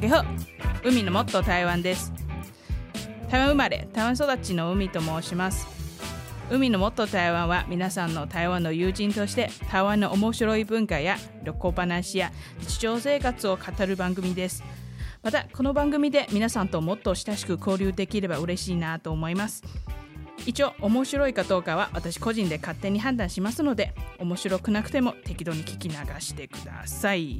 家好、海のもっと台湾です。台湾生まれ、台湾育ちの海と申します。海のもっと台湾は皆さんの台湾の友人として台湾の面白い文化や旅行話や日常生活を語る番組です。またこの番組で皆さんともっと親しく交流できれば嬉しいなと思います。一応面白いかどうかは私個人で勝手に判断しますので、面白くなくても適度に聞き流してください。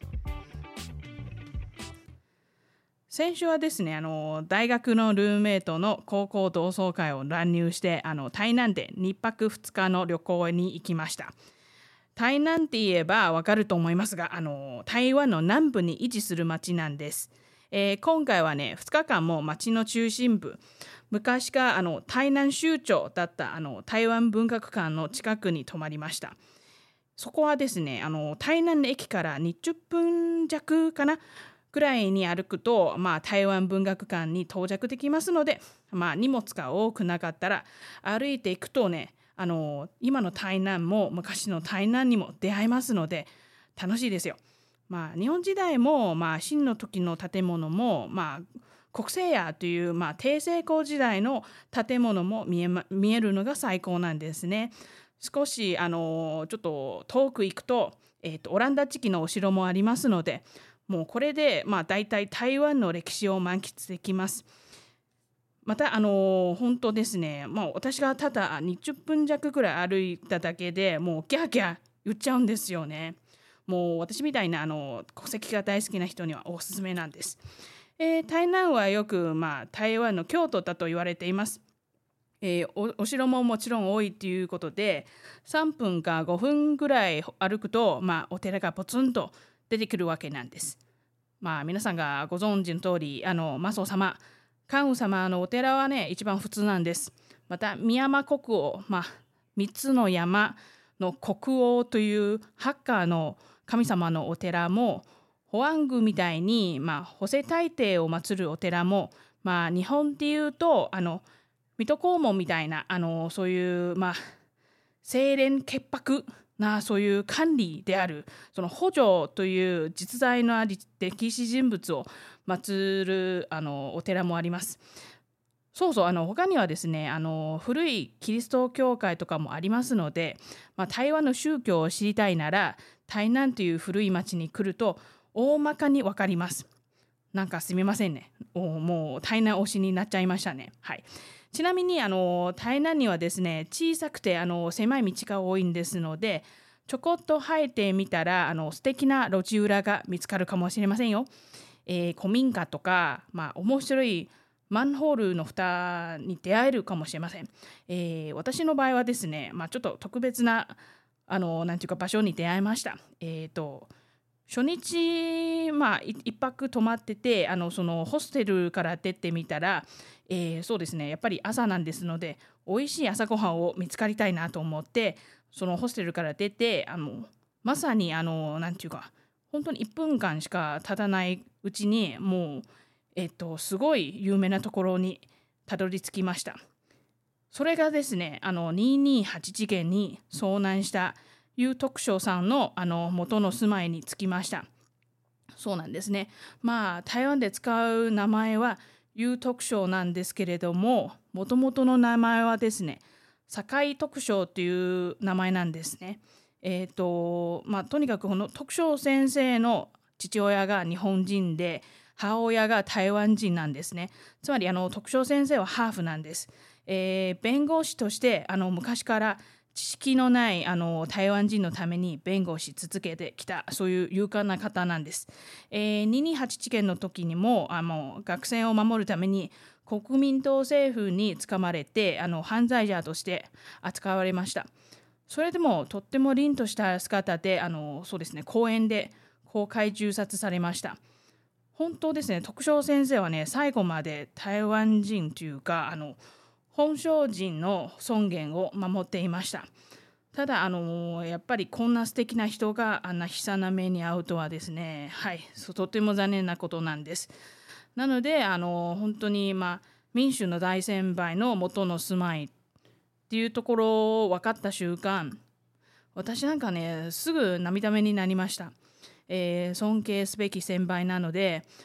先週はですね、大学のルームメイトの高校同窓会を乱入して台南で2泊2日の旅行に行きました。台南って言えばわかると思いますが、台湾の南部に位置する町なんです。今回はね、2日間も町の中心部、昔が台南州庁だった台湾文学館の近くに泊まりました。そこはですね、台南の駅から20分弱かなぐらいに歩くと、台湾文学館に到着できますので、荷物が多くなかったら歩いていくとね、今の台南も昔の台南にも出会えますので楽しいですよ。日本時代も、清の時の建物も、国政屋という、帝政公時代の建物も見えるのが最高なんですね。少しちょっと遠く行くと、オランダ地域のお城もありますので、もうこれで大体台湾の歴史を満喫できます。また本当ですね、私がただ20分弱くらい歩いただけでもうギャーギャー言っちゃうんですよね。もう私みたいな戸籍が大好きな人にはおすすめなんです。台南はよく、台湾の京都だと言われています。お城ももちろん多いということで、3分か5分ぐらい歩くと、お寺がポツンと出てくるわけなんです。皆さんがご存知の通り、マソ様、関羽様のお寺はね、一番普通なんです。また宮山国王、3つの山の国王というハッカーの神様のお寺も、保安宮みたいに、補正大帝を祀るお寺も、日本でいうと水戸黄門みたいなそういう清廉潔白なそういう管理であるその補助という実在の歴史人物を祀るお寺もあります。そうそう、他にはですね、古いキリスト教会とかもありますので、台湾の宗教を知りたいなら台南という古い町に来ると大まかに分かります。なんかすみませんね、もう台南推しになっちゃいましたね。はい。ちなみに台南にはですね、小さくて狭い道が多いんですので、ちょこっと入ってみたら素敵な路地裏が見つかるかもしれませんよ。古民家とか、面白いマンホールの蓋に出会えるかもしれません。私の場合はですね、ちょっと特別ななんていうか場所に出会いました。初日、一泊泊まっててそのホステルから出てみたら、そうですね、やっぱり朝なんですので美味しい朝ごはんを見つかりたいなと思ってそのホステルから出てまさになんていうか本当に1分間しか経たないうちにもう、すごい有名なところにたどり着きました。それがですね228事件に遭難したユ徳章さんの元の住まいに着きました。そうなんですね。台湾で使う名前はユ徳章なんですけれども、もともとの名前はですね堺徳章という名前なんですね。とにかくこの徳章先生の父親が日本人で母親が台湾人なんですね。つまり徳章先生はハーフなんです。弁護士として昔から知識のない台湾人のために弁護し続けてきたそういう勇敢な方なんです。228事件の時にも学生を守るために国民党政府に捕まれて犯罪者として扱われました。それでもとっても凛とした姿でそうですね、公園で公開銃殺されました。本当ですね、徳章先生はね最後まで台湾人というか本省人の尊厳を守っていました。ただやっぱりこんな素敵な人があんな悲惨な目に遭うとはですね、とても残念なことなんです。なので本当に民主の大先輩の元の住まいっていうところを分かった瞬間、私なんかねすぐ涙目になりました。尊敬すべき先輩なので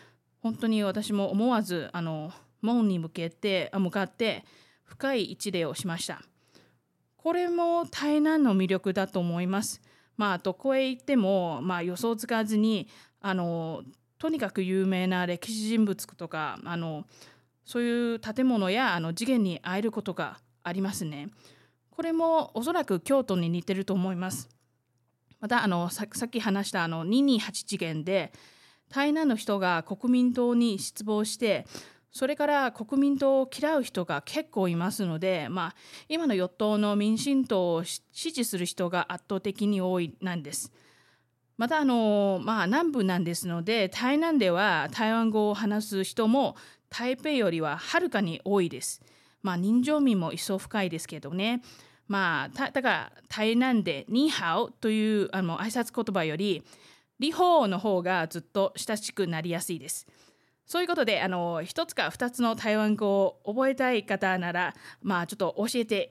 本当に私も思わず門に向かって深い一礼をしました。これも台南の魅力だと思います。どこへ行っても、予想つかずにとにかく有名な歴史人物とかそういう建物や次元に会えることがありますね。これもおそらく京都に似てると思います。またさっき話した228次元で台南の人が国民党に失望してそれから国民党を嫌う人が結構いますので、今の与党の民進党を支持する人が圧倒的に多いなんです。また南部なんですので台南では台湾語を話す人も台北よりははるかに多いです。人情味も一層深いですけどね。だから台南でニーハオという挨拶言葉よりリホーの方がずっと親しくなりやすいです。そういうことで一つか二つの台湾語を覚えたい方ならちょっと教え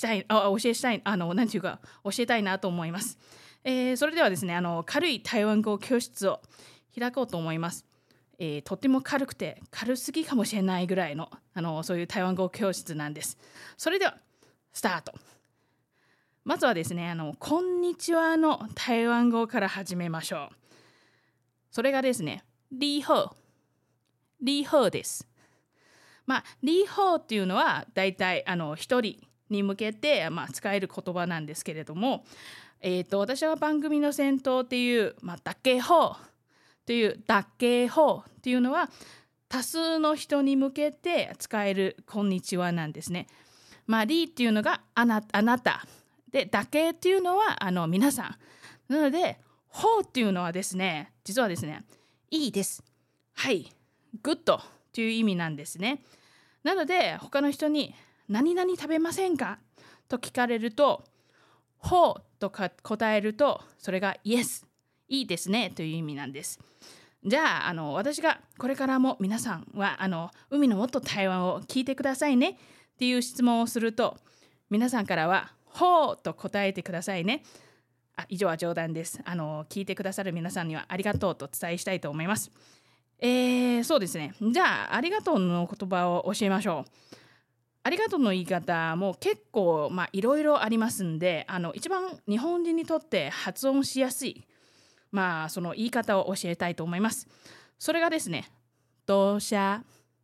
たいなと思います。それではですね軽い台湾語教室を開こうと思います。とっても軽くて軽すぎかもしれないぐらいのそういう台湾語教室なんです。それではスタート。まずはですねこんにちはの台湾語から始めましょう。それがですねリーホーです。リーホーっていうのはだいたい一人に向けて使える言葉なんですけれども、私は番組の先頭っていうダッケーホーというダッケーホーっていうのは多数の人に向けて使えるこんにちはなんですね。リーっていうのがあなたでダッケーっていうのは皆さんなのでホーっていうのはですね実はですねいいですはいグッドという意味なんですね。なので他の人に何々食べませんかと聞かれるとほうと答えるとそれがイエスいいですねという意味なんです。じゃあ私がこれからも皆さんは海のもっと台湾を聞いてくださいねっていう質問をすると皆さんからはほうと答えてくださいね。以上は冗談です。聞いてくださる皆さんにはありがとうとお伝えしたいと思います。そうですね。じゃあありがとうの言葉を教えましょう。ありがとうの言い方も結構いろいろありますんで一番日本人にとって発音しやすいその言い方を教えたいと思います。それがですねどうしゃ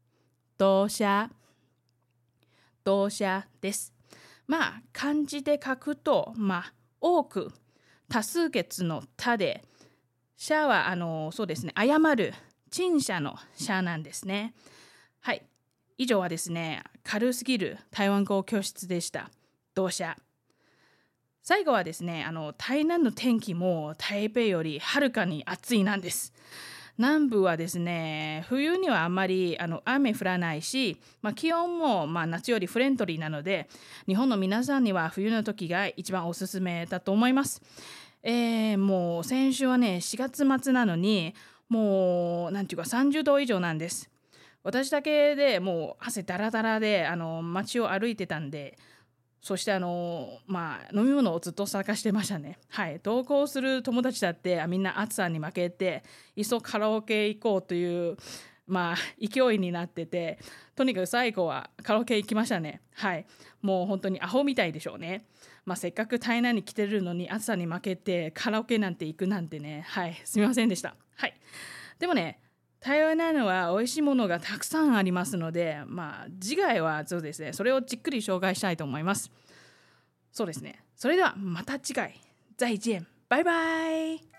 です。漢字で書くと多く多数決の他でしゃはそうですね謝る陳謝の謝なんですね。はい、以上はですね軽すぎる台湾語教室でした。どうしゃ。最後はですね台南の天気も台北よりはるかに暑いなんです。南部はですね冬にはあまり雨降らないし、気温も夏よりフレンドリーなので日本の皆さんには冬の時が一番おすすめだと思います。もう先週はね4月末なのにもうなんていうか30度以上なんです。私だけでもう汗だらだらで街を歩いてたんでそして飲み物をずっと探してましたね。はい、同行する友達だってみんな暑さに負けていっそカラオケ行こうという勢いになっててとにかく最後はカラオケ行きましたね。はい、もう本当にアホみたいでしょうね。せっかく台南に来てるのに暑さに負けてカラオケなんて行くなんてねすみませんでした。はい、でもね台湾は美味しいものがたくさんありますので次回はそうですねそれをじっくり紹介したいと思います。そうですねそれではまた次回再见バイバイ。